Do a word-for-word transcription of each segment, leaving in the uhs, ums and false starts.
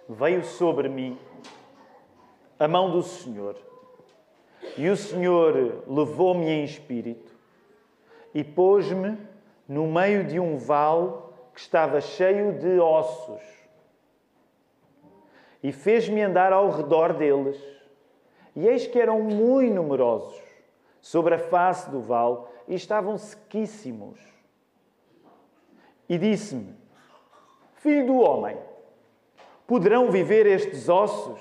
veio sobre mim a mão do Senhor, e o Senhor levou-me em espírito e pôs-me no meio de um vale que estava cheio de ossos, e fez-me andar ao redor deles. E eis que eram muito numerosos sobre a face do vale e estavam sequíssimos. E disse-me: Filho do homem, poderão viver estes ossos?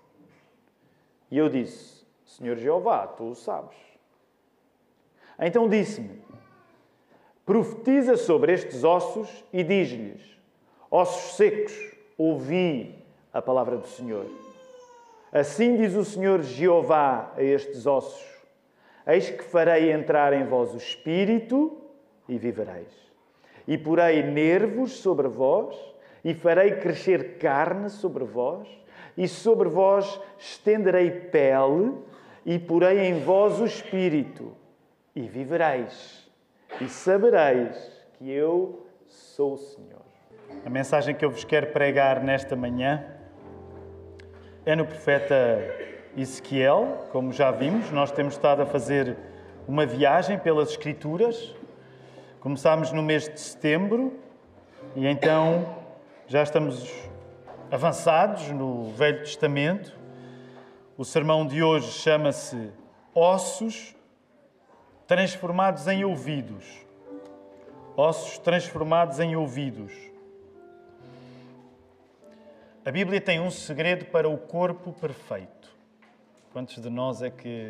E eu disse: Senhor Jeová, tu o sabes. Então disse-me: Profetiza sobre estes ossos e diz-lhes: Ossos secos, ouvi a palavra do Senhor. Assim diz o Senhor Jeová a estes ossos: Eis que farei entrar em vós o Espírito e vivereis. E porei nervos sobre vós, e farei crescer carne sobre vós, e sobre vós estenderei pele, e porei em vós o Espírito, e vivereis, e sabereis que eu sou o Senhor. A mensagem que eu vos quero pregar nesta manhã é no profeta Ezequiel. Como já vimos, nós temos estado a fazer uma viagem pelas Escrituras. Começámos no mês de setembro e então já estamos avançados no Velho Testamento. O sermão de hoje chama-se Ossos transformados em ouvidos. Ossos transformados em ouvidos. A Bíblia tem um segredo para o corpo perfeito. Quantos de nós é que,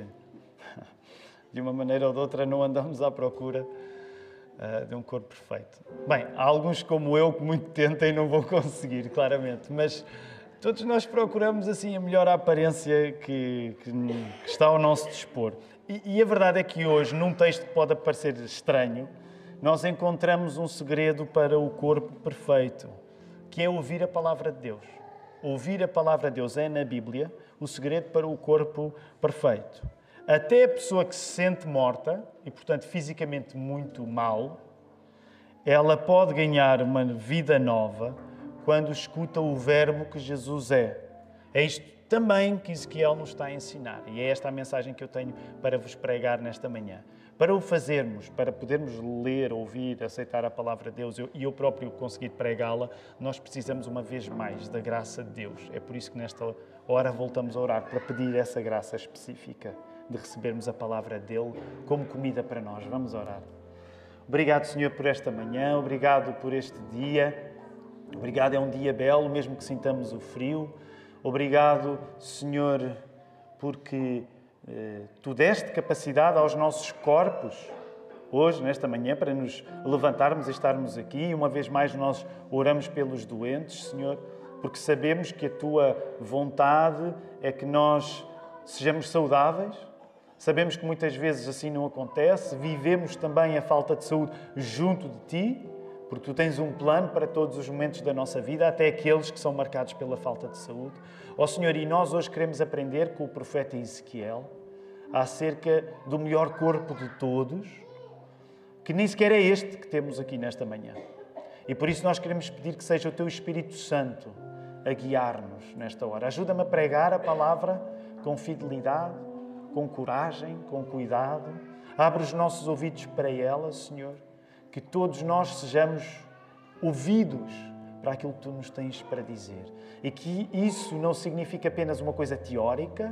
de uma maneira ou de outra, não andamos à procura uh, de um corpo perfeito? Bem, há alguns como eu que muito tentem e não vão conseguir, claramente, mas todos nós procuramos assim a melhor aparência que, que, que está ao nosso dispor. E, e a verdade é que hoje, num texto que pode parecer estranho, nós encontramos um segredo para o corpo perfeito, que é ouvir a palavra de Deus. Ouvir a palavra de Deus é, na Bíblia, o segredo para o corpo perfeito. Até a pessoa que se sente morta, e portanto fisicamente muito mal, ela pode ganhar uma vida nova quando escuta o verbo que Jesus é. É isto também que Ezequiel nos está a ensinar. E é esta a mensagem que eu tenho para vos pregar nesta manhã. Para o fazermos, para podermos ler, ouvir, aceitar a palavra de Deus e eu próprio conseguir pregá-la, nós precisamos uma vez mais da graça de Deus. É por isso que nesta hora voltamos a orar, para pedir essa graça específica de recebermos a palavra dele como comida para nós. Vamos orar. Obrigado, Senhor, por esta manhã. Obrigado por este dia. Obrigado, é um dia belo, mesmo que sintamos o frio. Obrigado, Senhor, porque eh, Tu deste capacidade aos nossos corpos, hoje, nesta manhã, para nos levantarmos e estarmos aqui. E uma vez mais nós oramos pelos doentes, Senhor, porque sabemos que a Tua vontade é que nós sejamos saudáveis. Sabemos que muitas vezes assim não acontece. Vivemos também a falta de saúde junto de Ti, porque Tu tens um plano para todos os momentos da nossa vida, até aqueles que são marcados pela falta de saúde. Ó Senhor, e nós hoje queremos aprender com o profeta Ezequiel acerca do melhor corpo de todos, que nem sequer é este que temos aqui nesta manhã. E por isso nós queremos pedir que seja o Teu Espírito Santo a guiar-nos nesta hora. Ajuda-me a pregar a palavra com fidelidade, com coragem, com cuidado. Abre os nossos ouvidos para ela, Senhor. Que todos nós sejamos ouvidos para aquilo que Tu nos tens para dizer. E que isso não significa apenas uma coisa teórica,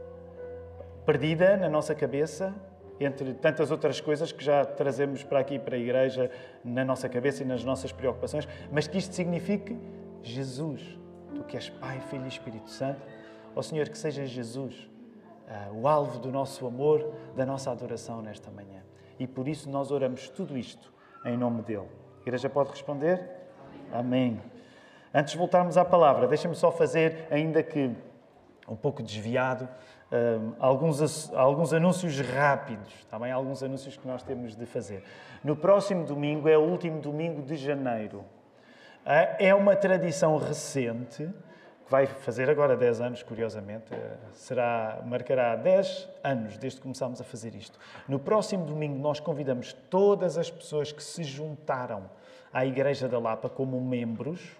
perdida na nossa cabeça, entre tantas outras coisas que já trazemos para aqui, para a igreja, na nossa cabeça e nas nossas preocupações, mas que isto signifique Jesus. Tu que és Pai, Filho e Espírito Santo. Ó Senhor, que seja Jesus uh, o alvo do nosso amor, da nossa adoração nesta manhã. E por isso nós oramos tudo isto em nome dele. A igreja pode responder? Amém. Antes de voltarmos à palavra, deixem-me só fazer, ainda que um pouco desviado, um, alguns, alguns anúncios rápidos, está bem? Alguns anúncios que nós temos de fazer. No próximo domingo, é o último domingo de janeiro. É uma tradição recente, que vai fazer agora dez anos, curiosamente, será, marcará dez anos desde que começámos a fazer isto. No próximo domingo nós convidamos todas as pessoas que se juntaram à Igreja da Lapa como membros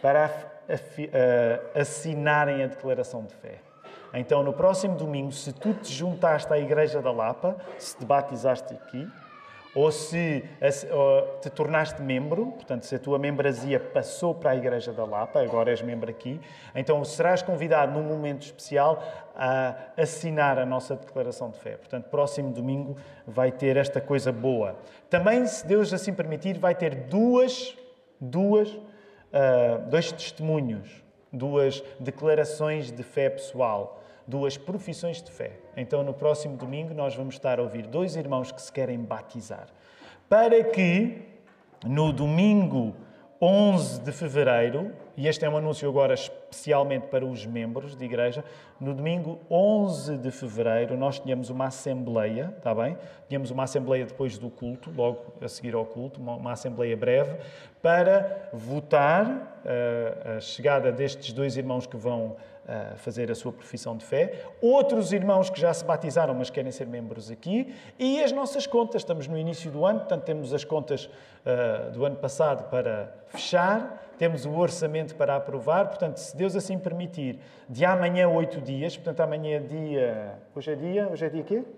para assinarem a declaração de fé. Então, no próximo domingo, se tu te juntaste à Igreja da Lapa, se te batizaste aqui, ou se te tornaste membro, portanto, se a tua membresia passou para a Igreja da Lapa, agora és membro aqui, então serás convidado num momento especial a assinar a nossa declaração de fé. Portanto, próximo domingo vai ter esta coisa boa. Também, se Deus assim permitir, vai ter duas, duas, uh, dois testemunhos, duas declarações de fé pessoal, duas profissões de fé. Então, no próximo domingo, nós vamos estar a ouvir dois irmãos que se querem batizar. Para que, no domingo onze de fevereiro, e este é um anúncio agora especialmente para os membros de igreja, no domingo onze de fevereiro nós tínhamos uma assembleia, está bem? Tínhamos uma assembleia depois do culto, logo a seguir ao culto, uma, uma assembleia breve, para votar uh, a chegada destes dois irmãos que vão uh, fazer a sua profissão de fé, outros irmãos que já se batizaram, mas querem ser membros aqui, e as nossas contas. Estamos no início do ano, portanto temos as contas uh, do ano passado para fechar, temos o orçamento para aprovar, portanto, se Deus assim permitir, de amanhã oito dias, portanto, amanhã é dia... Hoje é dia... Hoje é dia quê?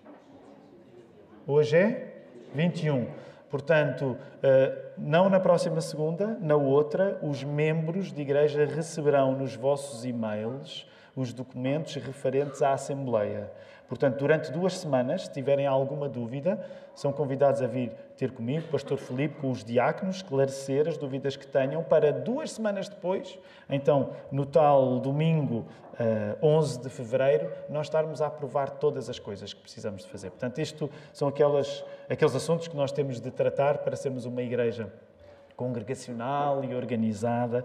Hoje é vinte e um. Portanto, não na próxima segunda, na outra, os membros de igreja receberão nos vossos e-mails os documentos referentes à Assembleia. Portanto, durante duas semanas, se tiverem alguma dúvida, são convidados a vir ter comigo, Pastor Filipe, com os diáconos, esclarecer as dúvidas que tenham, para duas semanas depois, então, no tal domingo uh, onze de fevereiro, nós estarmos a aprovar todas as coisas que precisamos de fazer. Portanto, isto são aquelas, aqueles assuntos que nós temos de tratar para sermos uma igreja congregacional e organizada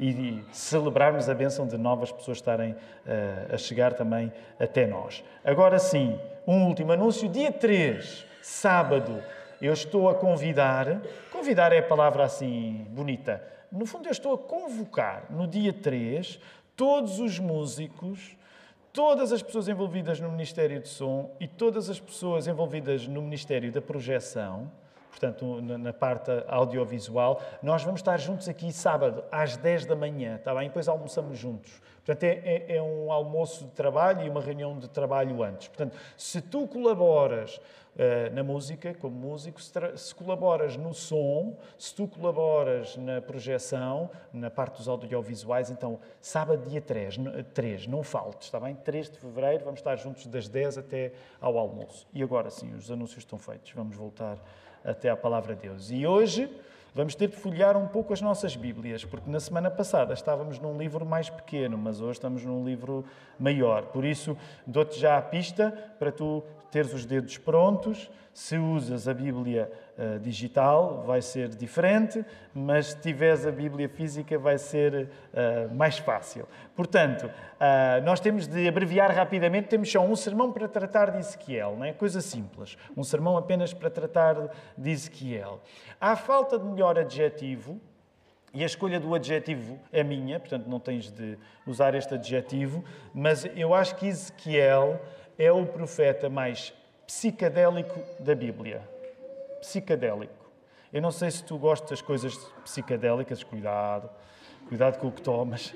e celebrarmos a bênção de novas pessoas estarem uh, a chegar também até nós. Agora sim, um último anúncio. Dia três, sábado, eu estou a convidar, convidar é a palavra assim bonita, no fundo eu estou a convocar no dia três todos os músicos, todas as pessoas envolvidas no Ministério de Som e todas as pessoas envolvidas no Ministério da Projeção, portanto, na parte audiovisual, nós vamos estar juntos aqui sábado, às dez da manhã, está bem? Depois almoçamos juntos. Portanto, é, é, é um almoço de trabalho e uma reunião de trabalho antes. Portanto, se tu colaboras uh, na música, como músico, se, se colaboras no som, se tu colaboras na projeção, na parte dos audiovisuais, então, sábado, dia três, três não faltes, está bem? três de fevereiro, vamos estar juntos das dez até ao almoço. E agora sim, os anúncios estão feitos. Vamos voltar até à Palavra de Deus. E hoje vamos ter de folhear um pouco as nossas Bíblias, porque na semana passada estávamos num livro mais pequeno, mas hoje estamos num livro maior. Por isso, dou-te já a pista para tu teres os dedos prontos. Se usas a Bíblia uh, digital, vai ser diferente, mas se tiveres a Bíblia física, vai ser uh, mais fácil. Portanto, uh, nós temos de abreviar rapidamente, temos só um sermão para tratar de Ezequiel, não é? Coisa simples. Um sermão apenas para tratar de Ezequiel. Há falta de melhor adjetivo, e a escolha do adjetivo é minha, portanto não tens de usar este adjetivo, mas eu acho que Ezequiel é o profeta mais psicadélico da Bíblia. Psicadélico. Eu não sei se tu gostas das coisas psicadélicas, cuidado, cuidado com o que tomas,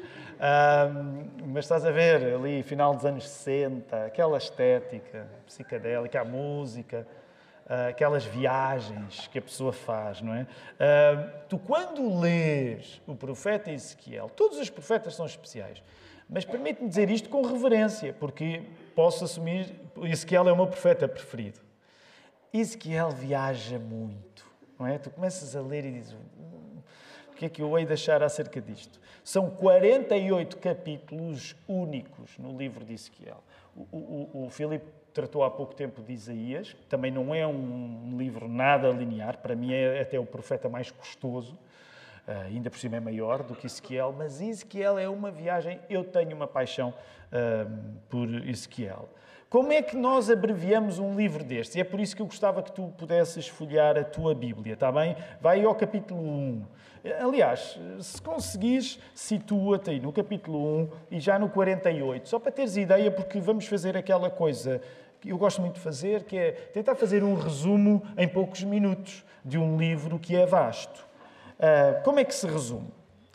um, mas estás a ver ali, final dos anos sessenta, aquela estética psicadélica, a música, uh, aquelas viagens que a pessoa faz, não é? Uh, tu, quando lês o profeta Ezequiel, todos os profetas são especiais, mas permite-me dizer isto com reverência, porque posso assumir, Ezequiel é o meu profeta preferido. Ezequiel viaja muito, não é? Tu começas a ler e dizes, hum, o que é que eu hei de achar acerca disto? São quarenta e oito capítulos únicos no livro de Ezequiel. O, o, o Filipe tratou há pouco tempo de Isaías, também não é um livro nada linear, para mim é até o profeta mais custoso, Uh, ainda por cima é maior do que Ezequiel, mas Ezequiel é uma viagem, eu tenho uma paixão uh, por Ezequiel. Como é que nós abreviamos um livro destes? E é por isso que eu gostava que tu pudesses folhear a tua Bíblia, está bem? Vai ao capítulo um. Aliás, se conseguires, situa-te aí no capítulo um e já no quarenta e oito, só para teres ideia, porque vamos fazer aquela coisa que eu gosto muito de fazer, que é tentar fazer um resumo em poucos minutos de um livro que é vasto. Uh, como é que se resume?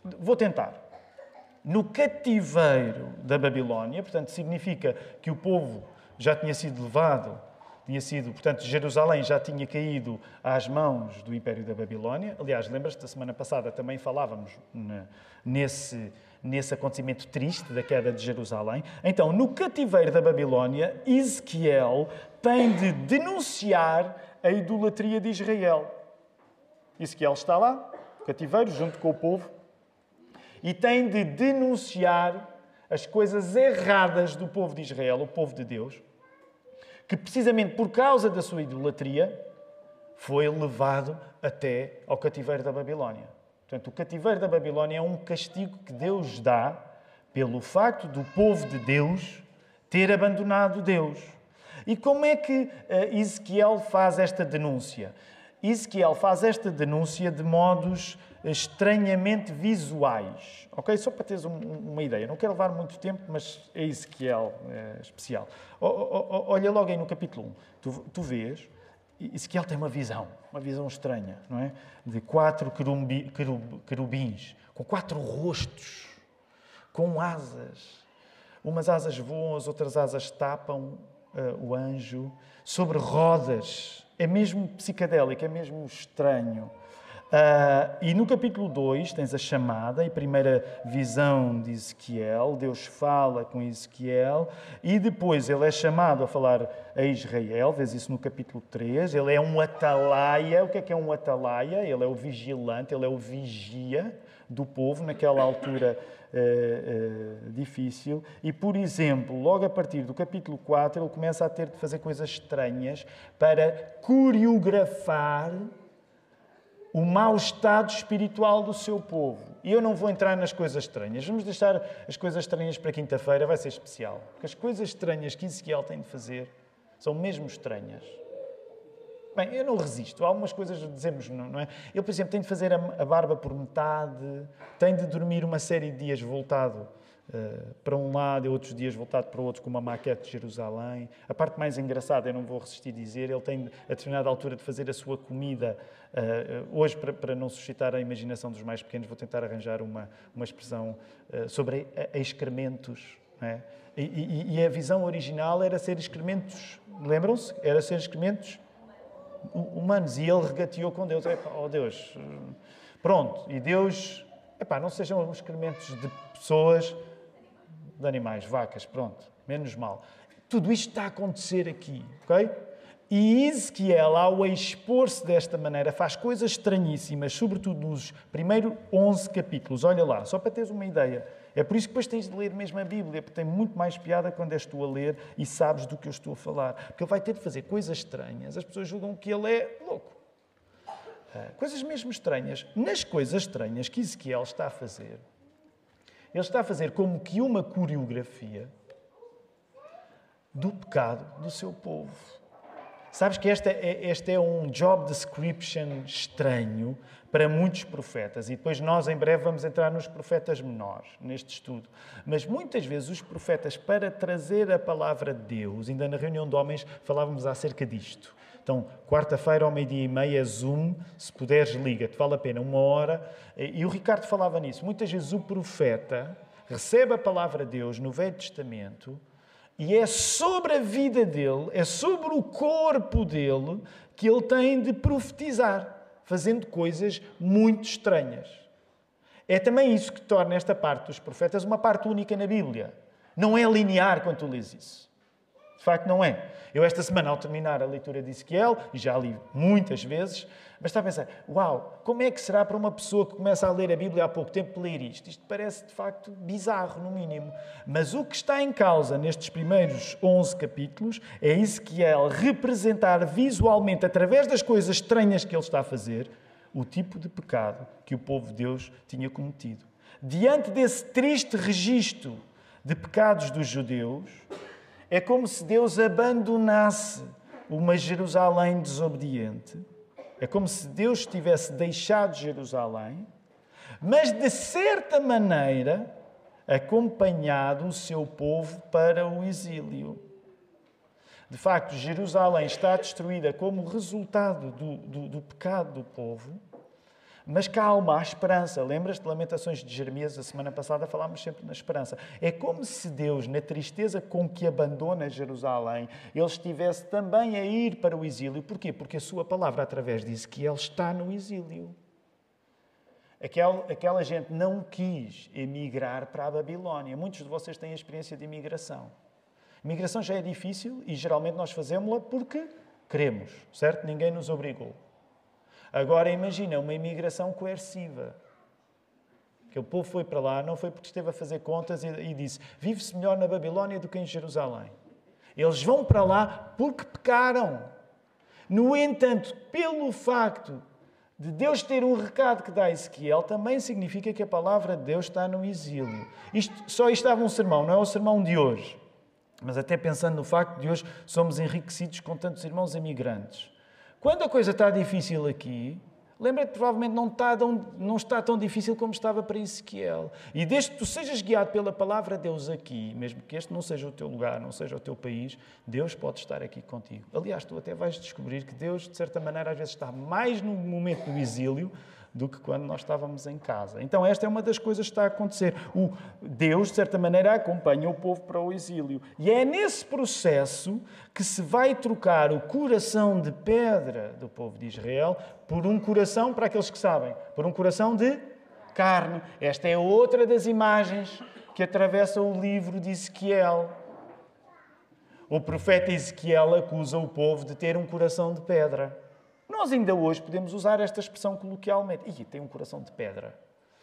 Vou tentar. No cativeiro da Babilónia, portanto, significa que o povo já tinha sido levado, tinha sido, portanto, Jerusalém já tinha caído às mãos do Império da Babilónia. Aliás, lembras-te, da semana passada também falávamos nesse, nesse acontecimento triste da queda de Jerusalém. Então, no cativeiro da Babilónia, Ezequiel tem de denunciar a idolatria de Israel. Ezequiel está lá, no cativeiro, junto com o povo, e tem de denunciar as coisas erradas do povo de Israel, o povo de Deus, que precisamente por causa da sua idolatria foi levado até ao cativeiro da Babilónia. Portanto, o cativeiro da Babilónia é um castigo que Deus dá pelo facto do povo de Deus ter abandonado Deus. E como é que Ezequiel faz esta denúncia? Ezequiel faz esta denúncia de modos estranhamente visuais. Ok? Só para teres um, uma ideia. Não quero levar muito tempo, mas é Ezequiel é especial. O, o, olha logo aí no capítulo um. Tu, tu vês, Ezequiel tem uma visão, uma visão estranha, não é? De quatro querumbi, querub, querubins, com quatro rostos, com asas. Umas asas voam, as outras asas tapam uh, o anjo, sobre rodas. É mesmo psicadélico, é mesmo estranho. Uh, e no capítulo dois tens a chamada e primeira visão de Ezequiel. Deus fala com Ezequiel e depois ele é chamado a falar a Israel. Vês isso no capítulo três. Ele é um atalaia. O que é que é um atalaia? Ele é o vigilante, ele é o vigia do povo naquela altura uh, uh, difícil. E, por exemplo, logo a partir do capítulo quatro, ele começa a ter de fazer coisas estranhas para coreografar o mau estado espiritual do seu povo. E eu não vou entrar nas coisas estranhas. Vamos deixar as coisas estranhas para quinta-feira, vai ser especial. Porque as coisas estranhas que Ezequiel tem de fazer são mesmo estranhas. Bem, eu não resisto. Há algumas coisas que dizemos, não é? Eu, por exemplo, tenho de fazer a barba por metade, tenho de dormir uma série de dias voltado Uh, para um lado e outros dias voltado para o outro, com uma maquete de Jerusalém. A parte mais engraçada, eu não vou resistir a dizer, ele tem, a determinada altura, de fazer a sua comida. Uh, hoje, para, para não suscitar a imaginação dos mais pequenos, vou tentar arranjar uma, uma expressão uh, sobre excrementos. Não é? e, e, e a visão original era ser excrementos, lembram-se? Era ser excrementos humanos. E ele regateou com Deus. Epá, oh Deus, pronto. E Deus, epá, não sejam excrementos de pessoas, de animais, vacas, pronto, menos mal. Tudo isto está a acontecer aqui, ok? E Ezequiel, ao expor-se desta maneira, faz coisas estranhíssimas, sobretudo nos primeiros onze capítulos. Olha lá, só para teres uma ideia. É por isso que depois tens de ler mesmo a Bíblia, porque tem muito mais piada quando és tu a ler e sabes do que eu estou a falar. Porque ele vai ter de fazer coisas estranhas. As pessoas julgam que ele é louco. Coisas mesmo estranhas. Nas coisas estranhas que Ezequiel está a fazer, ele está a fazer como que uma coreografia do pecado do seu povo. Sabes que esta é, este é um job description estranho para muitos profetas. E depois nós, em breve, vamos entrar nos profetas menores, neste estudo. Mas muitas vezes os profetas, para trazer a palavra de Deus, ainda na reunião de homens, falávamos acerca disto. Então, quarta-feira, ao meio-dia e meia, Zoom, se puderes, liga-te, vale a pena, uma hora. E o Ricardo falava nisso. Muitas vezes o profeta recebe a palavra de Deus no Velho Testamento e é sobre a vida dele, é sobre o corpo dele que ele tem de profetizar, fazendo coisas muito estranhas. É também isso que torna esta parte dos profetas uma parte única na Bíblia. Não é linear quando tu lês isso. De facto, não é. Eu, esta semana, ao terminar a leitura de Ezequiel, e já li muitas vezes, mas estava a pensar, uau, como é que será para uma pessoa que começa a ler a Bíblia há pouco tempo ler isto? Isto parece, de facto, bizarro, no mínimo. Mas o que está em causa nestes primeiros onze capítulos é Ezequiel representar visualmente, através das coisas estranhas que ele está a fazer, o tipo de pecado que o povo de Deus tinha cometido. Diante desse triste registro de pecados dos judeus, é como se Deus abandonasse uma Jerusalém desobediente. É como se Deus tivesse deixado Jerusalém, mas, de certa maneira, acompanhado o seu povo para o exílio. De facto, Jerusalém está destruída como resultado do, do, do pecado do povo, Mas calma, há esperança. Lembras-te de Lamentações de Jeremias? A semana passada falámos sempre na esperança. É como se Deus, na tristeza com que abandona Jerusalém, Ele estivesse também a ir para o exílio. Porquê? Porque a sua palavra, através disso, que Ele está no exílio. Aquela, aquela gente não quis emigrar para a Babilónia. Muitos de vocês têm a experiência de imigração. Imigração já é difícil e geralmente nós fazemos-la porque queremos, certo? Ninguém nos obrigou. Agora imagina uma imigração coerciva. Que o povo foi para lá, não foi porque esteve a fazer contas e, e disse: vive-se melhor na Babilónia do que em Jerusalém. Eles vão para lá porque pecaram. No entanto, pelo facto de Deus ter um recado que dá a Ezequiel, também significa que a palavra de Deus está no exílio. Isto, só isto estava um sermão, não é o sermão de hoje. Mas até pensando no facto de hoje somos enriquecidos com tantos irmãos imigrantes. Quando a coisa está difícil aqui, lembra-te, provavelmente não está, tão, não está tão difícil como estava para Ezequiel. E desde que tu sejas guiado pela palavra de Deus aqui, mesmo que este não seja o teu lugar, não seja o teu país, Deus pode estar aqui contigo. Aliás, tu até vais descobrir que Deus, de certa maneira, às vezes está mais no momento do exílio do que quando nós estávamos em casa. Então esta é uma das coisas que está a acontecer. O Deus, de certa maneira, acompanha o povo para o exílio. E é nesse processo que se vai trocar o coração de pedra do povo de Israel por um coração, para aqueles que sabem, por um coração de carne. Esta é outra das imagens que atravessa o livro de Ezequiel. O profeta Ezequiel acusa o povo de ter um coração de pedra. Nós ainda hoje podemos usar esta expressão coloquialmente. Ih, tem um coração de pedra.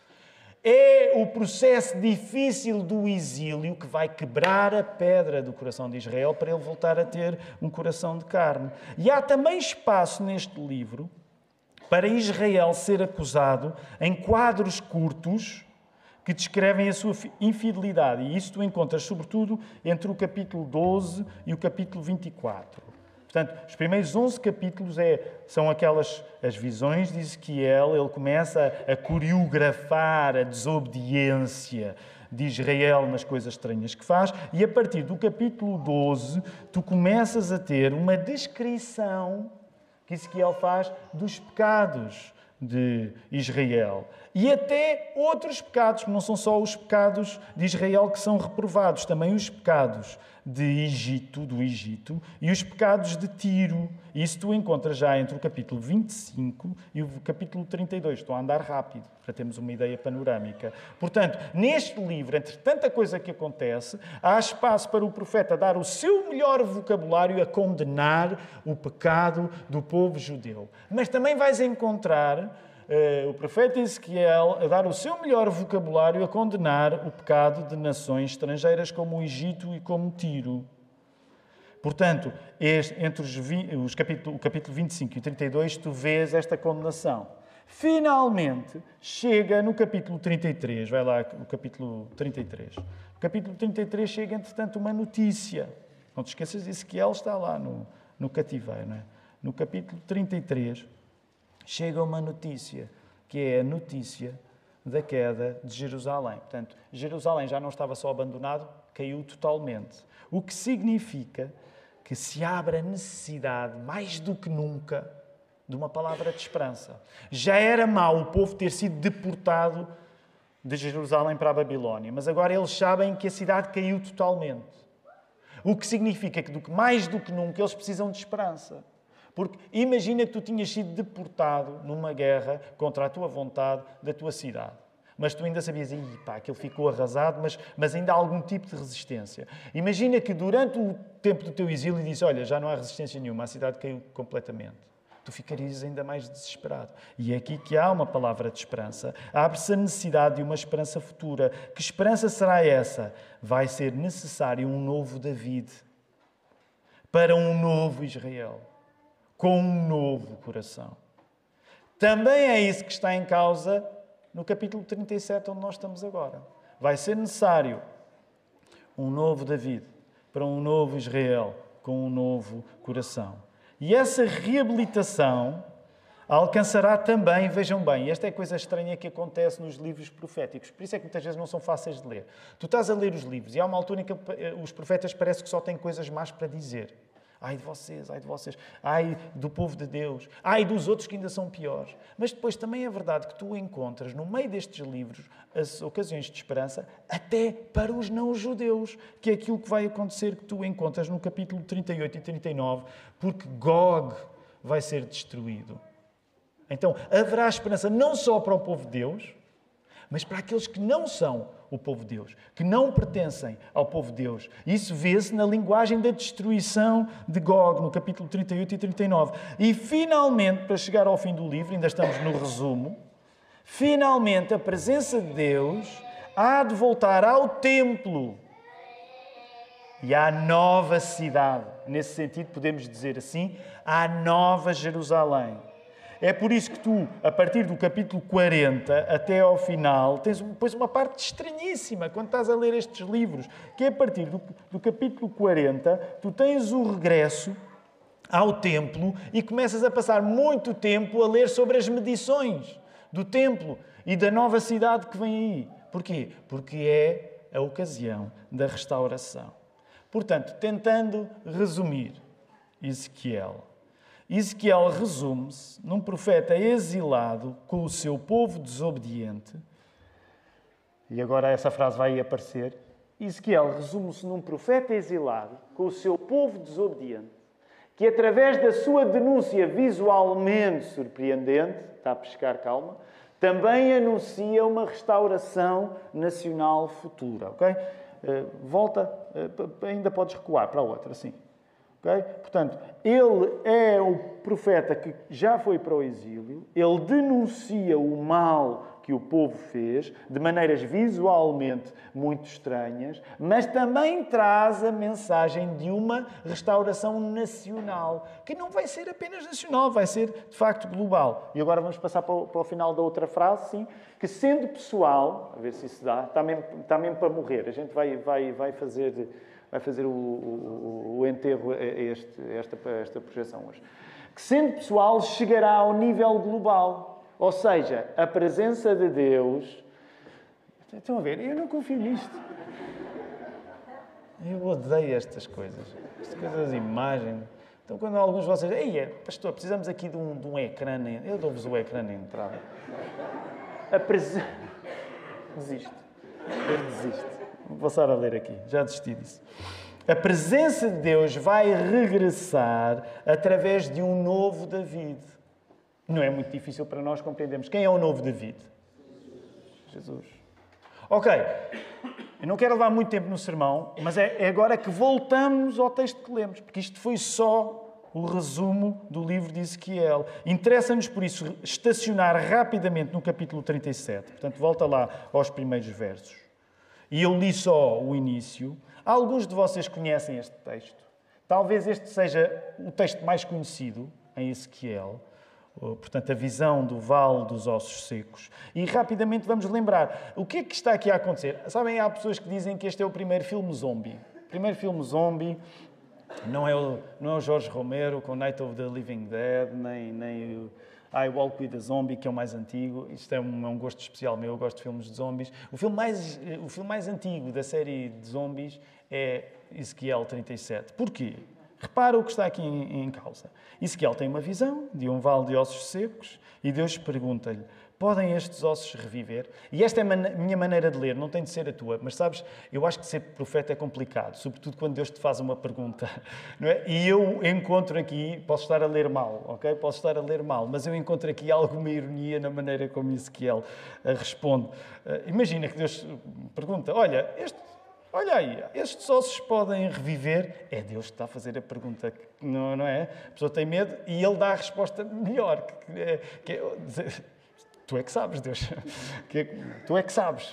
É o processo difícil do exílio que vai quebrar a pedra do coração de Israel para ele voltar a ter um coração de carne. E há também espaço neste livro para Israel ser acusado em quadros curtos que descrevem a sua infidelidade. E isso tu encontras, sobretudo, entre o capítulo doze e o capítulo vinte e quatro. Portanto, os primeiros onze capítulos é, são aquelas as visões de Ezequiel. Ele começa a coreografar a desobediência de Israel nas coisas estranhas que faz. E a partir do capítulo doze, tu começas a ter uma descrição que Ezequiel faz dos pecados de Israel. E até outros pecados, que não são só os pecados de Israel que são reprovados, também os pecados de Egito, do Egito, e os pecados de Tiro. Isso tu encontras já entre o capítulo vinte e cinco e o capítulo trinta e dois. Estou a andar rápido, para termos uma ideia panorâmica. Portanto, neste livro, entre tanta coisa que acontece, há espaço para o profeta dar o seu melhor vocabulário a condenar o pecado do povo judeu. Mas também vais encontrar Uh, o profeta Ezequiel a dar o seu melhor vocabulário a condenar o pecado de nações estrangeiras como o Egito e como Tiro. Portanto, este, entre os, os capítulo, o capítulo vinte e cinco e o trinta e dois, tu vês esta condenação. Finalmente, chega no capítulo trinta e três, vai lá o capítulo trinta e três. No capítulo trinta e três chega, entretanto, uma notícia. Não te esqueças, Ezequiel está lá no, no cativeiro. Não é? No capítulo trinta e três... chega uma notícia, que é a notícia da queda de Jerusalém. Portanto, Jerusalém já não estava só abandonado, caiu totalmente. O que significa que se abre a necessidade, mais do que nunca, de uma palavra de esperança. Já era mau o povo ter sido deportado de Jerusalém para a Babilónia, mas agora eles sabem que a cidade caiu totalmente. O que significa que, mais do que nunca, eles precisam de esperança. Porque imagina que tu tinhas sido deportado numa guerra contra a tua vontade da tua cidade. Mas tu ainda sabias, Ih, pá, aquilo ficou arrasado, mas, mas ainda há algum tipo de resistência. Imagina que durante o tempo do teu exílio disse, olha, já não há resistência nenhuma, a cidade caiu completamente. Tu ficarias ainda mais desesperado. E é aqui que há uma palavra de esperança. Abre-se a necessidade de uma esperança futura. Que esperança será essa? Vai ser necessário um novo David para um novo Israel, com um novo coração. Também é isso que está em causa no capítulo trinta e sete, onde nós estamos agora. Vai ser necessário um novo David para um novo Israel, com um novo coração. E essa reabilitação alcançará também, vejam bem, esta é a coisa estranha que acontece nos livros proféticos, por isso é que muitas vezes não são fáceis de ler. Tu estás a ler os livros e há uma altura em que os profetas parece que só têm coisas más para dizer. Ai de vocês, ai de vocês, ai do povo de Deus, ai dos outros que ainda são piores. Mas depois também é verdade que tu encontras no meio destes livros as ocasiões de esperança até para os não-judeus, que é aquilo que vai acontecer que tu encontras no capítulo trinta e oito e trinta e nove, porque Gog vai ser destruído. Então haverá esperança não só para o povo de Deus, mas para aqueles que não são o povo de Deus, que não pertencem ao povo de Deus. Isso vê-se na linguagem da destruição de Gog, no capítulo trinta e oito e trinta e nove. E, finalmente, para chegar ao fim do livro, ainda estamos no resumo, finalmente a presença de Deus há de voltar ao templo e à nova cidade. Nesse sentido, podemos dizer assim, à nova Jerusalém. É por isso que tu, a partir do capítulo quarenta até ao final, tens depois uma parte estranhíssima quando estás a ler estes livros, que é a partir do, do capítulo quarenta, tu tens o regresso ao templo e começas a passar muito tempo a ler sobre as medições do templo e da nova cidade que vem aí. Porquê? Porque é a ocasião da restauração. Portanto, tentando resumir, Ezequiel... Ezequiel resume-se num profeta exilado com o seu povo desobediente. E agora essa frase vai aí aparecer. Ezequiel resume-se num profeta exilado com o seu povo desobediente, que através da sua denúncia visualmente surpreendente, está a pescar, calma, também anuncia uma restauração nacional futura. Ok? Uh, volta, uh, ainda podes recuar para a outra, assim. Okay? Portanto, ele é o profeta que já foi para o exílio, ele denuncia o mal que o povo fez, de maneiras visualmente muito estranhas, mas também traz a mensagem de uma restauração nacional, que não vai ser apenas nacional, vai ser, de facto, global. E agora vamos passar para o, para o final da outra frase, sim, que sendo pessoal, a ver se isso dá, está mesmo, está mesmo para morrer, a gente vai, vai, vai fazer... vai fazer o, o, o enterro a, este, a esta, a esta projeção hoje. Que, sendo pessoal, chegará ao nível global. Ou seja, a presença de Deus... Estão a ver? Eu não confio nisto. Eu odeio estas coisas. Estas coisas das imagens. Então, quando alguns de vocês... Ei, pastor, precisamos aqui de um, de um ecrã. Eu dou-vos o ecrã na entrada. A presença... Desisto. Eu desisto. Vou passar a ler aqui. Já desisti disso. A presença de Deus vai regressar através de um novo David. Não é muito difícil para nós compreendermos. Quem é o novo David? Jesus. Ok. Eu não quero levar muito tempo no sermão, mas é agora que voltamos ao texto que lemos, porque isto foi só o resumo do livro de Ezequiel. Interessa-nos, por isso, estacionar rapidamente no capítulo trinta e sete. Portanto, volta lá aos primeiros versos. E eu li só o início. Alguns de vocês conhecem este texto. Talvez este seja o texto mais conhecido em Ezequiel. Portanto, a visão do vale dos ossos secos. E rapidamente vamos lembrar. O que é que está aqui a acontecer? Sabem, há pessoas que dizem que este é o primeiro filme zombie. O primeiro filme zombie não é o, não é o Jorge Romero com Night of the Living Dead, nem, nem o I Walk with a Zombie, que é o mais antigo. Isto é um, é um gosto especial meu, eu gosto de filmes de zombies. O filme mais, o filme mais antigo da série de zombies é Ezequiel trinta e sete. Porquê? Repara o que está aqui em, em causa. Ezequiel tem uma visão de um vale de ossos secos e Deus pergunta-lhe: podem estes ossos reviver? E esta é a man- minha maneira de ler, não tem de ser a tua, mas sabes, eu acho que ser profeta é complicado, sobretudo quando Deus te faz uma pergunta, não é? E eu encontro aqui, posso estar a ler mal, ok? Posso estar a ler mal, mas eu encontro aqui alguma ironia na maneira como Ezequiel uh, responde. Uh, imagina que Deus pergunta: olha, este, olha aí, estes ossos podem reviver? É Deus que está a fazer a pergunta, não, não é? A pessoa tem medo e ele dá a resposta melhor, que é... Que é tu é que sabes, Deus. Tu é que sabes.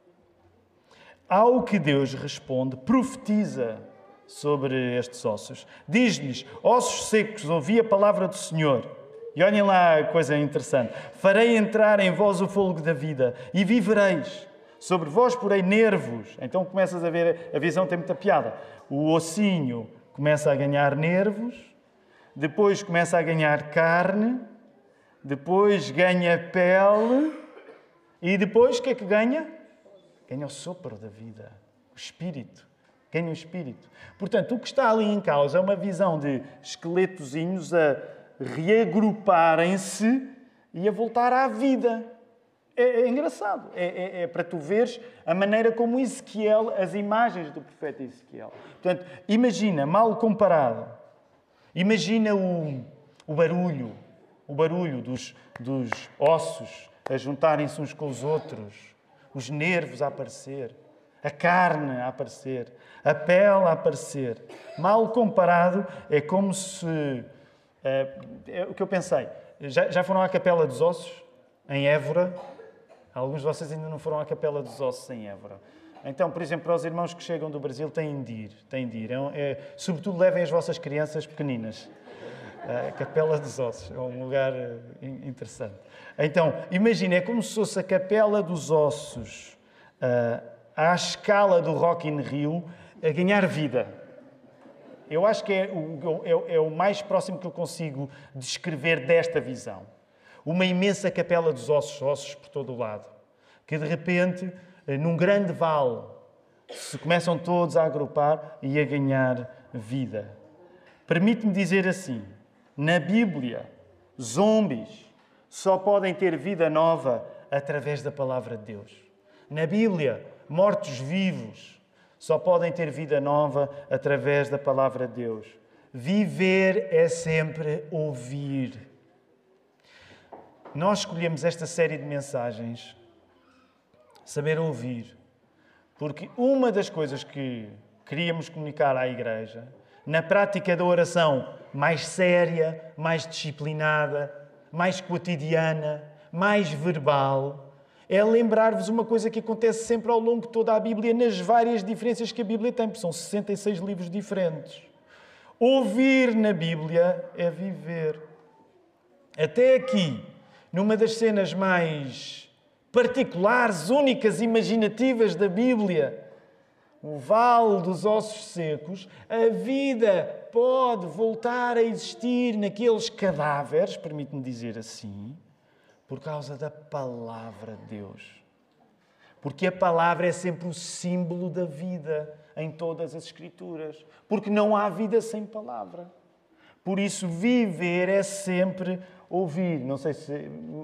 Ao que Deus responde, profetiza sobre estes ossos. Diz-lhes: ossos secos, ouvi a palavra do Senhor. E olhem lá a coisa interessante. Farei entrar em vós o fôlego da vida e vivereis. Sobre vós porei nervos. Então começas a ver, a visão tem muita piada. O ossinho começa a ganhar nervos, depois começa a ganhar carne, depois ganha pele e depois o que é que ganha? Ganha o sopro da vida, o Espírito. ganham espírito. Portanto, o que está ali em causa é uma visão de esqueletozinhos a reagruparem-se e a voltar à vida. É, é engraçado. É, é, é para tu veres a maneira como Ezequiel, as imagens do profeta Ezequiel. Portanto, imagina, mal comparado, imagina o, o barulho, o barulho dos, dos ossos a juntarem-se uns com os outros, os nervos a aparecer, a carne a aparecer, a pele a aparecer. Mal comparado, é como se... É, é o que eu pensei. Já, já foram à Capela dos Ossos, em Évora? Alguns de vocês ainda não foram à Capela dos Ossos em Évora. Então, por exemplo, para os irmãos que chegam do Brasil, têm de ir. Têm de ir. É, é, sobretudo, levem as vossas crianças pequeninas. A Capela dos Ossos é um lugar interessante. Então, imagina, é como se fosse a Capela dos Ossos, uh, à escala do Rock in Rio, a ganhar vida. Eu acho que é o, é, é o mais próximo que eu consigo descrever desta visão. Uma imensa capela dos ossos, ossos por todo o lado, que de repente, num grande vale, se começam todos a agrupar e a ganhar vida. Permite-me dizer assim, na Bíblia, zombies só podem ter vida nova através da palavra de Deus. Na Bíblia, mortos-vivos só podem ter vida nova através da palavra de Deus. Viver é sempre ouvir. Nós escolhemos esta série de mensagens, saber ouvir, porque uma das coisas que queríamos comunicar à Igreja, na prática da oração mais séria, mais disciplinada, mais cotidiana, mais verbal, é lembrar-vos uma coisa que acontece sempre ao longo de toda a Bíblia, nas várias diferenças que a Bíblia tem, porque são sessenta e seis livros diferentes. Ouvir na Bíblia é viver. Até aqui, numa das cenas mais particulares, únicas, imaginativas da Bíblia, o Vale dos Ossos Secos, a vida pode voltar a existir naqueles cadáveres, permite-me dizer assim, por causa da palavra de Deus. Porque a palavra é sempre o símbolo da vida em todas as Escrituras. Porque não há vida sem palavra. Por isso, viver é sempre ouvir. Não sei se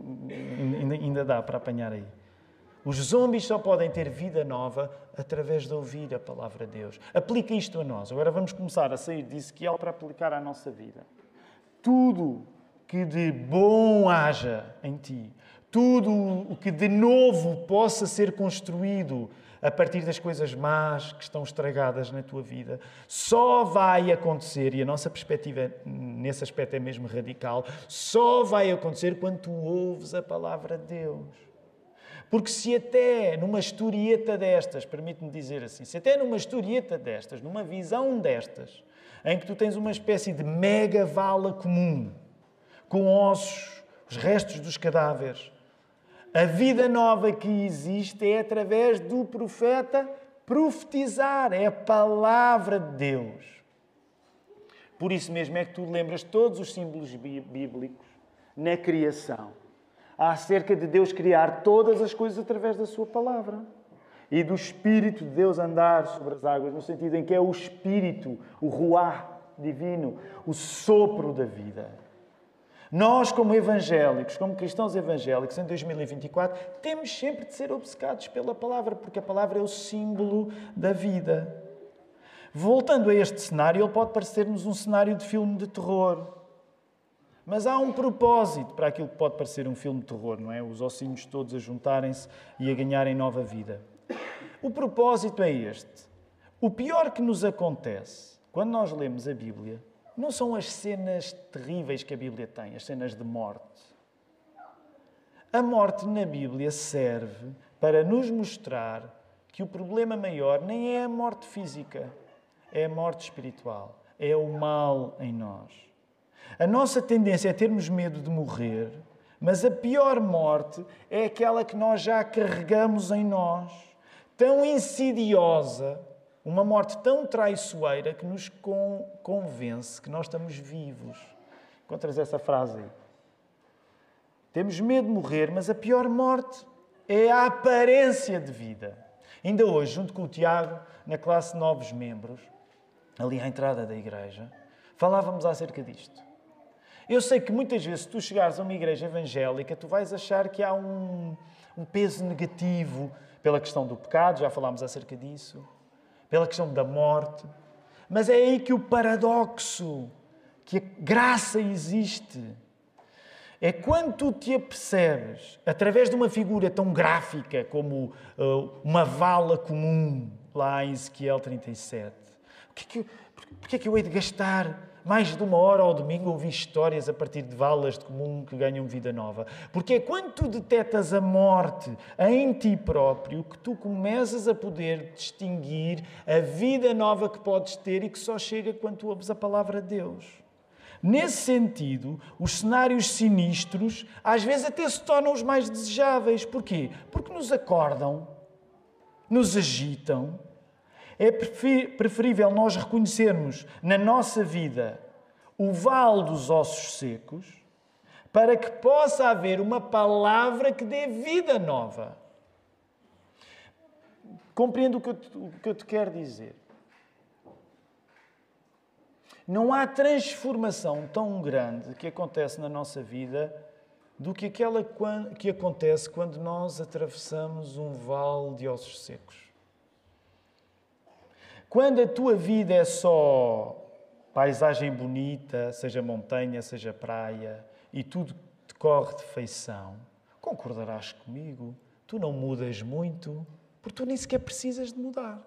ainda dá para apanhar aí. Os zombies só podem ter vida nova através de ouvir a palavra de Deus. Aplica isto a nós. Agora vamos começar a sair de Ezequiel para aplicar à nossa vida. Tudo que de bom haja em ti, tudo o que de novo possa ser construído a partir das coisas más que estão estragadas na tua vida, só vai acontecer, e a nossa perspectiva nesse aspecto é mesmo radical, só vai acontecer quando tu ouves a palavra de Deus. Porque se até numa historieta destas, permite-me dizer assim, se até numa historieta destas, numa visão destas, em que tu tens uma espécie de mega vala comum, com ossos, os restos dos cadáveres, a vida nova que existe é através do profeta profetizar, é a palavra de Deus. Por isso mesmo é que tu lembras todos os símbolos bíblicos na criação, acerca de Deus criar todas as coisas através da sua palavra e do Espírito de Deus andar sobre as águas, no sentido em que é o Espírito, o Ruá divino, o sopro da vida. Nós, como evangélicos, como cristãos evangélicos, em dois mil e vinte e quatro, temos sempre de ser obcecados pela palavra, porque a palavra é o símbolo da vida. Voltando a este cenário, ele pode parecer-nos um cenário de filme de terror. Mas há um propósito para aquilo que pode parecer um filme de terror, não é? Os ossinhos todos a juntarem-se e a ganharem nova vida. O propósito é este. O pior que nos acontece quando nós lemos a Bíblia não são as cenas terríveis que a Bíblia tem, as cenas de morte. A morte na Bíblia serve para nos mostrar que o problema maior nem é a morte física, é a morte espiritual, é o mal em nós. A nossa tendência é termos medo de morrer, mas a pior morte é aquela que nós já carregamos em nós, tão insidiosa, uma morte tão traiçoeira que nos convence que nós estamos vivos. Encontras essa frase aí? Temos medo de morrer, mas a pior morte é a aparência de vida. Ainda hoje, junto com o Tiago, na classe de novos membros, ali à entrada da igreja, falávamos acerca disto. Eu sei que muitas vezes, se tu chegares a uma igreja evangélica, tu vais achar que há um, um peso negativo pela questão do pecado, já falámos acerca disso, pela questão da morte. Mas é aí que o paradoxo, que a graça existe. É quando tu te apercebes, através de uma figura tão gráfica como uh, uma vala comum, lá em Ezequiel trinta e sete. Porquê que, porquê que eu hei de gastar mais de uma hora ao domingo a ouvir histórias a partir de valas de comum que ganham vida nova? Porque é quando tu detectas a morte em ti próprio que tu começas a poder distinguir a vida nova que podes ter e que só chega quando tu ouves a palavra de Deus. Nesse sentido, os cenários sinistros às vezes até se tornam os mais desejáveis. Porquê? Porque nos acordam, nos agitam. É preferível nós reconhecermos na nossa vida o vale dos ossos secos para que possa haver uma palavra que dê vida nova. Compreendo o que eu te, o que eu te quero dizer. Não há transformação tão grande que acontece na nossa vida do que aquela que acontece quando nós atravessamos um vale de ossos secos. Quando a tua vida é só paisagem bonita, seja montanha, seja praia, e tudo te corre de feição, concordarás comigo, tu não mudas muito, porque tu nem sequer precisas de mudar.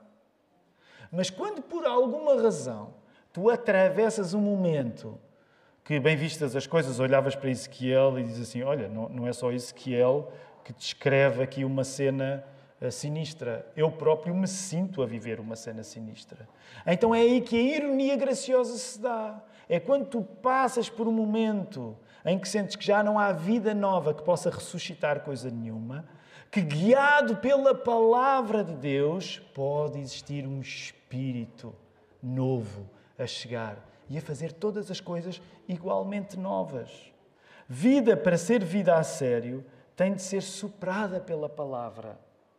Mas quando por alguma razão tu atravessas um momento que, bem vistas as coisas, olhavas para Ezequiel e dizes assim, olha, não, não é só Ezequiel que descreve aqui uma cena sinistra. Eu próprio me sinto a viver uma cena sinistra. Então é aí que a ironia graciosa se dá. É quando tu passas por um momento em que sentes que já não há vida nova que possa ressuscitar coisa nenhuma, que guiado pela palavra de Deus pode existir um espírito novo a chegar e a fazer todas as coisas igualmente novas. Vida, para ser vida a sério, tem de ser soprada pela palavra.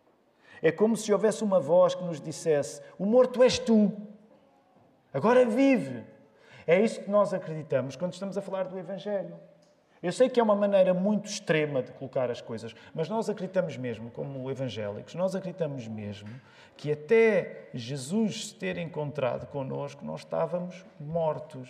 É como se houvesse uma voz que nos dissesse, o morto és tu, agora vive. É isso que nós acreditamos quando estamos a falar do Evangelho. Eu sei que é uma maneira muito extrema de colocar as coisas, mas nós acreditamos mesmo, como evangélicos, nós acreditamos mesmo que até Jesus se ter encontrado connosco, nós estávamos mortos.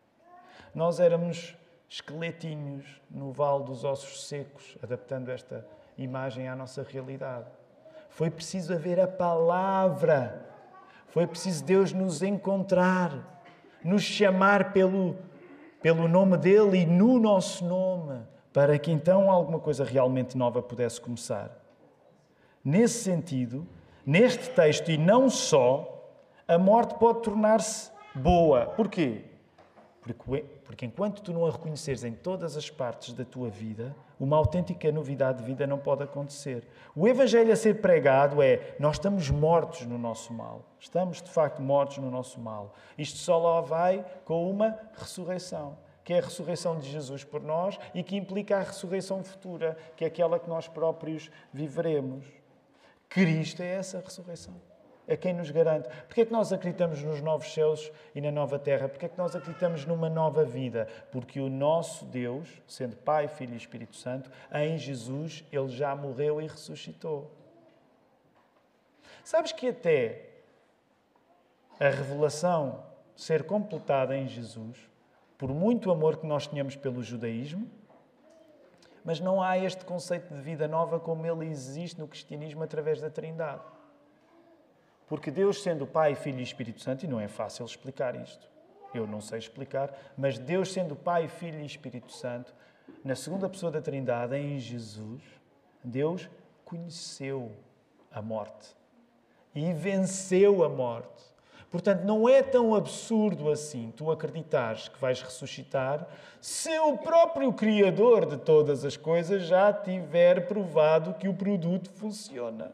Nós éramos esqueletinhos no vale dos ossos secos, adaptando esta imagem à nossa realidade. Foi preciso haver a palavra, foi preciso Deus nos encontrar, nos chamar pelo pelo nome dele e no nosso nome, para que então alguma coisa realmente nova pudesse começar. Nesse sentido, neste texto e não só, a morte pode tornar-se boa. Porquê? Porque, porque enquanto tu não a reconheceres em todas as partes da tua vida, uma autêntica novidade de vida não pode acontecer. O Evangelho a ser pregado é, nós estamos mortos no nosso mal. Estamos, de facto, mortos no nosso mal. Isto só lá vai com uma ressurreição, que é a ressurreição de Jesus por nós e que implica a ressurreição futura, que é aquela que nós próprios viveremos. Cristo é essa ressurreição. É quem nos garante. Porquê é que nós acreditamos nos novos céus e na nova terra? Porquê é que nós acreditamos numa nova vida? Porque o nosso Deus, sendo Pai, Filho e Espírito Santo, em Jesus, Ele já morreu e ressuscitou. Sabes que até a revelação ser completada em Jesus, por muito amor que nós tenhamos pelo judaísmo, mas não há este conceito de vida nova como ele existe no cristianismo através da Trindade. Porque Deus, sendo Pai, Filho e Espírito Santo, e não é fácil explicar isto, eu não sei explicar, mas Deus, sendo Pai, Filho e Espírito Santo, na segunda pessoa da Trindade, em Jesus, Deus conheceu a morte e venceu a morte. Portanto, não é tão absurdo assim tu acreditares que vais ressuscitar se o próprio Criador de todas as coisas já tiver provado que o produto funciona.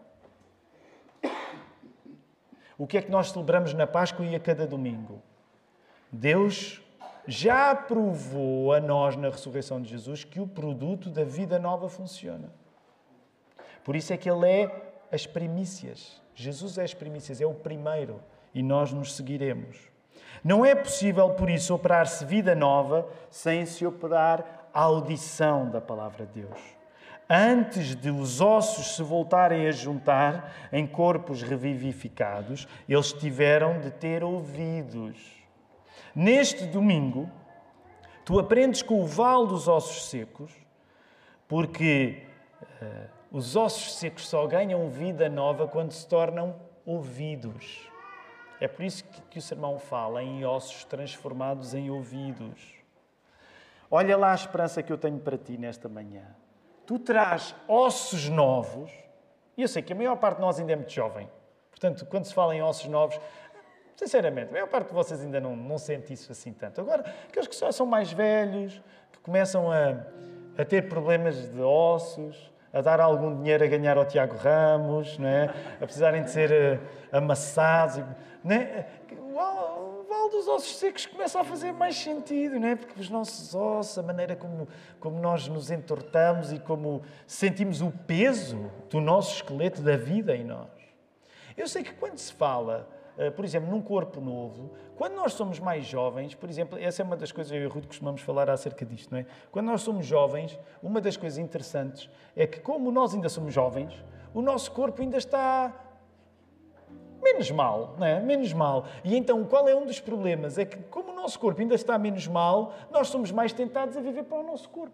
O que é que nós celebramos na Páscoa e a cada domingo? Deus já provou a nós na ressurreição de Jesus que o produto da vida nova funciona. Por isso é que Ele é as primícias. Jesus é as primícias, é o primeiro, e nós nos seguiremos. Não é possível, por isso, operar-se vida nova sem se operar a audição da palavra de Deus. Antes de os ossos se voltarem a juntar em corpos revivificados, eles tiveram de ter ouvidos. Neste domingo, tu aprendes com o vale dos ossos secos, porque uh, os ossos secos só ganham vida nova quando se tornam ouvidos. É por isso que, que o sermão fala em ossos transformados em ouvidos. Olha lá a esperança que eu tenho para ti nesta manhã. Tu terás ossos novos, e eu sei que a maior parte de nós ainda é muito jovem. Portanto, quando se fala em ossos novos, sinceramente, a maior parte de vocês ainda não, não sente isso assim tanto. Agora, aqueles que só são mais velhos, que começam a, a ter problemas de ossos, a dar algum dinheiro a ganhar ao Tiago Ramos, não é? A precisarem de ser uh, amassados, não é? O vale dos ossos secos começa a fazer mais sentido, não é? Porque os nossos ossos, a maneira como, como nós nos entortamos e como sentimos o peso do nosso esqueleto, da vida em nós. Eu sei que quando se fala, uh, por exemplo, num corpo novo, quando nós somos mais jovens, por exemplo, essa é uma das coisas, eu e o Ruth costumamos falar acerca disto, não é? Quando nós somos jovens, uma das coisas interessantes é que, como nós ainda somos jovens, o nosso corpo ainda está menos mal, não é? Menos mal. E então, qual é um dos problemas? É que, como o nosso corpo ainda está menos mal, nós somos mais tentados a viver para o nosso corpo.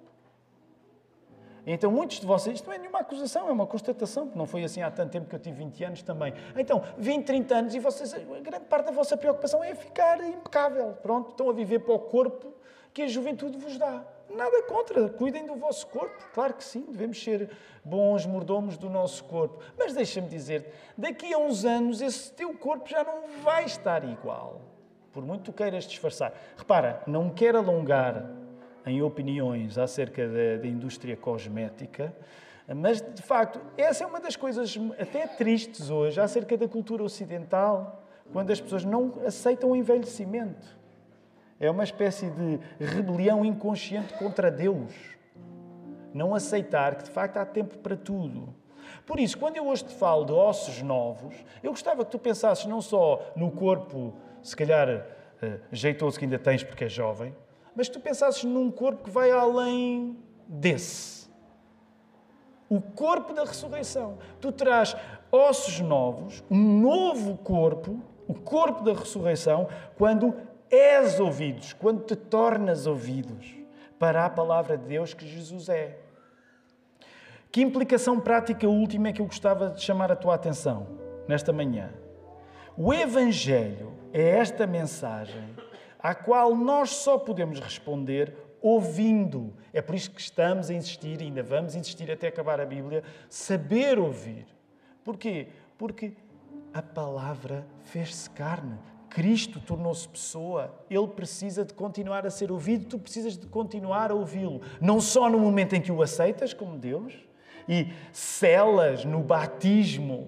Então, muitos de vocês, isto não é nenhuma acusação, é uma constatação, que não foi assim há tanto tempo, que eu tive vinte anos também. Então, vinte, trinta anos e vocês, a grande parte da vossa preocupação é ficar impecável. Pronto, estão a viver para o corpo que a juventude vos dá. Nada contra, cuidem do vosso corpo. Claro que sim, devemos ser bons mordomos do nosso corpo. Mas deixa-me dizer, daqui a uns anos esse teu corpo já não vai estar igual. Por muito que tu queiras disfarçar. Repara, não quero alongar em opiniões acerca da, da indústria cosmética, mas, de facto, essa é uma das coisas até tristes hoje acerca da cultura ocidental, quando as pessoas não aceitam o envelhecimento. É uma espécie de rebelião inconsciente contra Deus. Não aceitar que, de facto, há tempo para tudo. Por isso, quando eu hoje te falo de ossos novos, eu gostava que tu pensasses não só no corpo, se calhar, jeitoso que ainda tens porque é jovem, mas que tu pensasses num corpo que vai além desse. O corpo da ressurreição. Tu terás ossos novos, um novo corpo, o corpo da ressurreição, quando és ouvidos, quando te tornas ouvidos para a palavra de Deus que Jesus é. Que implicação prática última é que eu gostava de chamar a tua atenção nesta manhã? O Evangelho é esta mensagem à qual nós só podemos responder ouvindo. É por isso que estamos a insistir, e ainda vamos insistir até acabar a Bíblia, saber ouvir. Porquê? Porque a palavra fez-se carne. Cristo tornou-se pessoa. Ele precisa de continuar a ser ouvido. Tu precisas de continuar a ouvi-lo. Não só no momento em que o aceitas como Deus e selas no batismo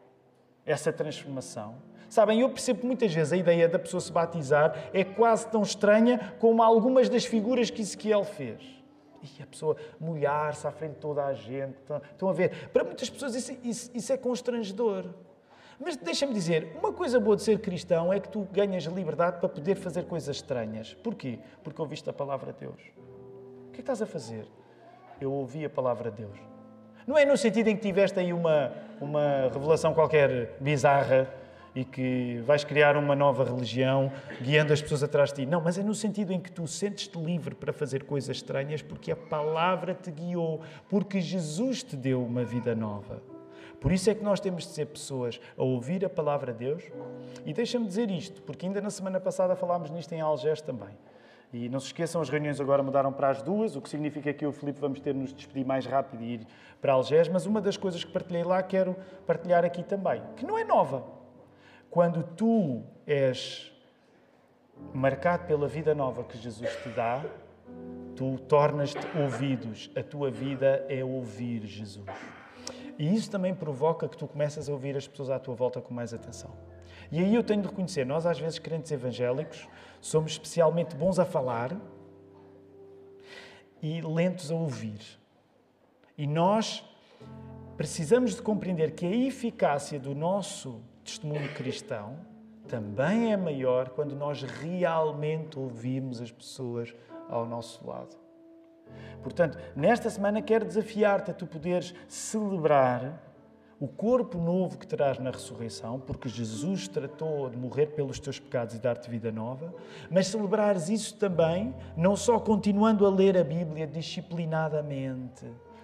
essa transformação. Sabem, eu percebo que muitas vezes a ideia da pessoa se batizar é quase tão estranha como algumas das figuras que Ezequiel fez. E a pessoa molhar-se à frente de toda a gente. Estão a ver? Para muitas pessoas isso, isso, isso é constrangedor. Mas deixa-me dizer, uma coisa boa de ser cristão é que tu ganhas liberdade para poder fazer coisas estranhas. Porquê? Porque ouviste a palavra de Deus. O que é que estás a fazer? Eu ouvi a palavra de Deus. Não é no sentido em que tiveste aí uma, uma revelação qualquer bizarra e que vais criar uma nova religião guiando as pessoas atrás de ti. Não, mas é no sentido em que tu sentes-te livre para fazer coisas estranhas porque a palavra te guiou, porque Jesus te deu uma vida nova. Por isso é que nós temos de ser pessoas a ouvir a palavra de Deus. E deixa-me dizer isto, porque ainda na semana passada falámos nisto em Algés também. E não se esqueçam, as reuniões agora mudaram para as duas, o que significa que eu e o Filipe vamos ter de nos despedir mais rápido e ir para Algés. Mas uma das coisas que partilhei lá quero partilhar aqui também, que não é nova. Quando tu és marcado pela vida nova que Jesus te dá, tu tornas-te ouvidos. A tua vida é ouvir Jesus. E isso também provoca que tu começas a ouvir as pessoas à tua volta com mais atenção. E aí eu tenho de reconhecer, nós às vezes, crentes evangélicos, somos especialmente bons a falar e lentos a ouvir. E nós precisamos de compreender que a eficácia do nosso testemunho cristão também é maior quando nós realmente ouvimos as pessoas ao nosso lado. Portanto, nesta semana quero desafiar-te a tu poderes celebrar o corpo novo que terás na ressurreição, porque Jesus tratou de morrer pelos teus pecados e dar-te vida nova, mas celebrares isso também, não só continuando a ler a Bíblia disciplinadamente,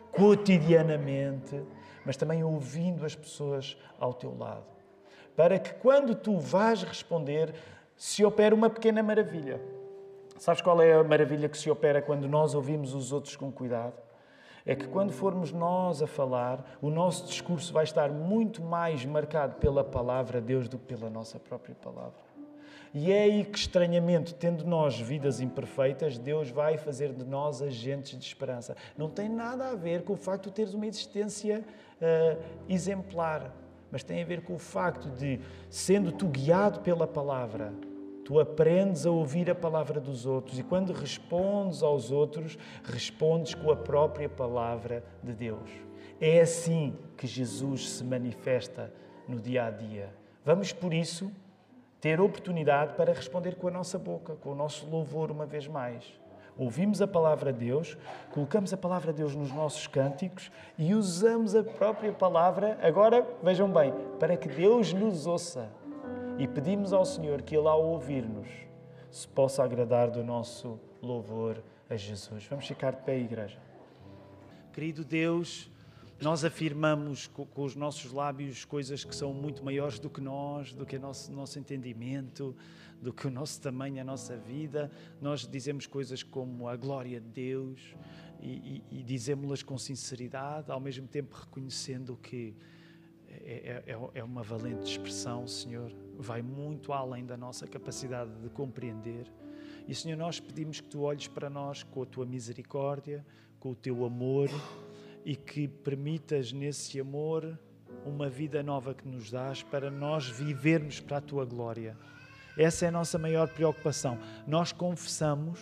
cotidianamente, mas também ouvindo as pessoas ao teu lado. Para que quando tu vais responder, se opere uma pequena maravilha. Sabes qual é a maravilha que se opera quando nós ouvimos os outros com cuidado? É que quando formos nós a falar, o nosso discurso vai estar muito mais marcado pela palavra de Deus do que pela nossa própria palavra. E é aí que, estranhamente, tendo nós vidas imperfeitas, Deus vai fazer de nós agentes de esperança. Não tem nada a ver com o facto de teres uma existência uh, exemplar, mas tem a ver com o facto de, sendo tu guiado pela palavra, tu aprendes a ouvir a palavra dos outros e quando respondes aos outros, respondes com a própria palavra de Deus. É assim que Jesus se manifesta no dia a dia. Vamos, por isso, ter oportunidade para responder com a nossa boca, com o nosso louvor uma vez mais. Ouvimos a palavra de Deus, colocamos a palavra de Deus nos nossos cânticos e usamos a própria palavra, agora, vejam bem, para que Deus nos ouça. E pedimos ao Senhor que Ele, ao ouvir-nos, se possa agradar do nosso louvor a Jesus. Vamos ficar de pé, igreja. Querido Deus, nós afirmamos com, com os nossos lábios coisas que são muito maiores do que nós, do que o nosso, nosso entendimento, do que o nosso tamanho, a nossa vida. Nós dizemos coisas como a glória de Deus e, e, e dizemos-las com sinceridade, ao mesmo tempo reconhecendo que É, é, é uma valente expressão, Senhor, vai muito além da nossa capacidade de compreender. E, Senhor, nós pedimos que Tu olhes para nós com a Tua misericórdia, com o Teu amor e que permitas nesse amor uma vida nova que nos dás para nós vivermos para a Tua glória. Essa é a nossa maior preocupação. Nós confessamos,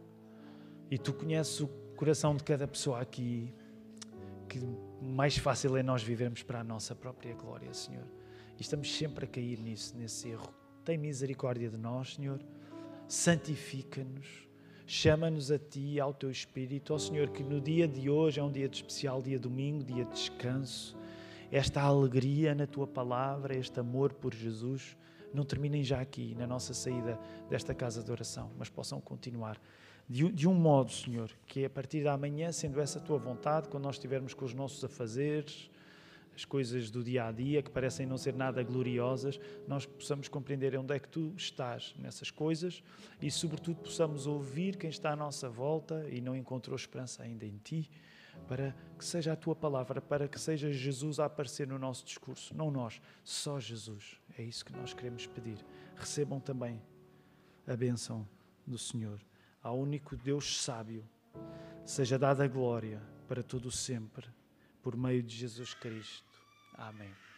e Tu conheces o coração de cada pessoa aqui, que mais fácil é nós vivermos para a nossa própria glória, Senhor. E estamos sempre a cair nisso, nesse erro. Tem misericórdia de nós, Senhor. Santifica-nos. Chama-nos a Ti, ao Teu Espírito. Ó Senhor, que no dia de hoje é um dia de especial, dia domingo, dia de descanso. Esta alegria na Tua palavra, este amor por Jesus, não terminem já aqui, na nossa saída desta casa de oração, mas possam continuar. De um modo, Senhor, que a partir da manhã, sendo essa a Tua vontade, quando nós estivermos com os nossos afazeres, as coisas do dia-a-dia, que parecem não ser nada gloriosas, nós possamos compreender onde é que Tu estás nessas coisas e, sobretudo, possamos ouvir quem está à nossa volta e não encontrou esperança ainda em Ti, para que seja a Tua palavra, para que seja Jesus a aparecer no nosso discurso, não nós, só Jesus. É isso que nós queremos pedir. Recebam também a bênção do Senhor. Ao único Deus sábio, seja dada a glória para todo o sempre, por meio de Jesus Cristo. Amém.